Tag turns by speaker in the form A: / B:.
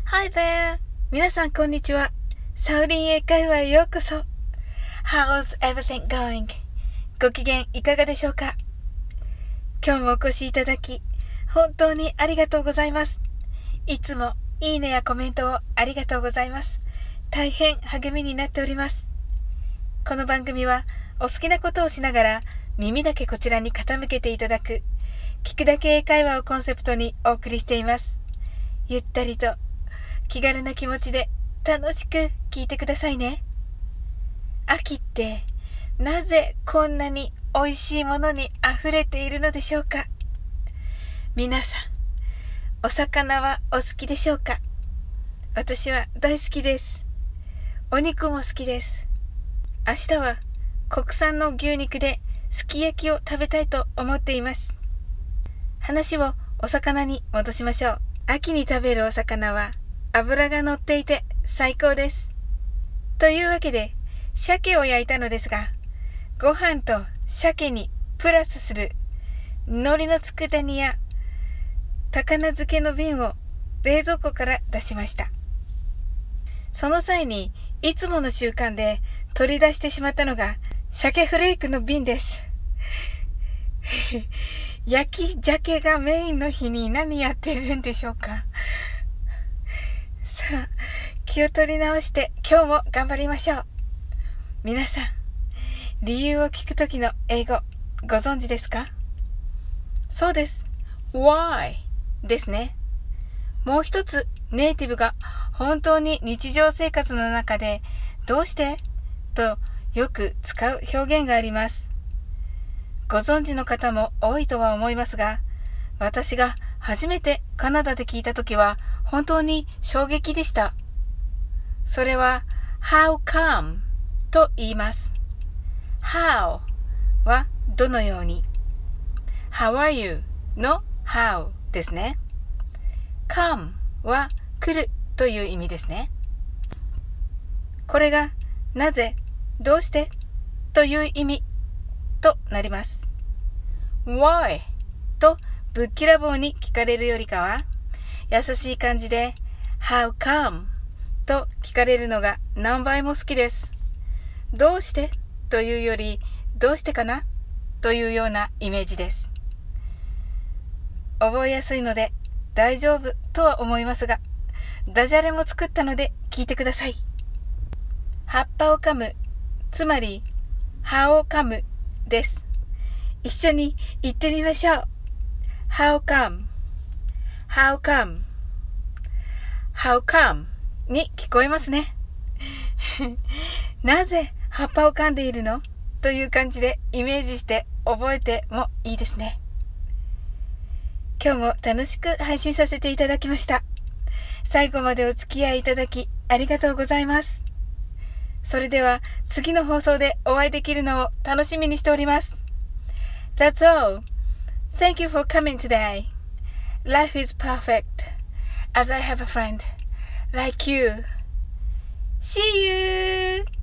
A: Hi there! 皆さんこんにちは。サウリン英会話へようこそ。How's everything going? ご機嫌いかがでしょうか？今日もお越しいただき、本当にありがとうございます。いつもいいねやコメントをありがとうございます。大変励みになっております。この番組はお好きなことをしながら耳だけこちらに傾けていただく、聞くだけ英会話をコンセプトにお送りしています。ゆったりと気軽な気持ちで楽しく聞いてくださいね。秋ってなぜこんなに美味しいものにあふれているのでしょうか？皆さん、お魚はお好きでしょうか？私は大好きです。お肉も好きです。明日は国産の牛肉ですき焼きを食べたいと思っています。話をお魚に戻しましょう。秋に食べるお魚は脂が乗っていて最高です。というわけで、鮭を焼いたのですが、ご飯と鮭にプラスする海苔の佃煮や高菜漬けの瓶を冷蔵庫から出しました。その際にいつもの習慣で取り出してしまったのが鮭フレークの瓶です。焼き鮭がメインの日に何やってるんでしょうか？さあ、気を取り直して今日も頑張りましょう。皆さん、理由を聞くときの英語ご存知ですか？そうです。Why ですね。もう一つネイティブが本当に日常生活の中でどうしてとよく使う表現があります。ご存知の方も多いとは思いますが、私が初めてカナダで聞いたときは本当に衝撃でした。それは How come と言います。How はどのように。How are you の How ですね。come は来るという意味ですね。これがなぜ、どうしてという意味となります。Why とぶっきらぼうに聞かれるよりかは、優しい感じで How come と聞かれるのが何倍も好きです。どうしてというより、どうしてかなというようなイメージです。覚えやすいので大丈夫とは思いますが、ダジャレも作ったので聞いてください。葉っぱを噛む、つまり葉を噛むです。一緒に言ってみましょう。How come? How come? How come? に聞こえますね。なぜ葉っぱを噛んでいるの？という感じでイメージして覚えてもいいですね。今日も楽しく配信させていただきました。最後までお付き合いいただきありがとうございます。それでは次の放送でお会いできるのを楽しみにしております。That's all. Thank you for coming today. Life is perfect as I have a friend like you. See you!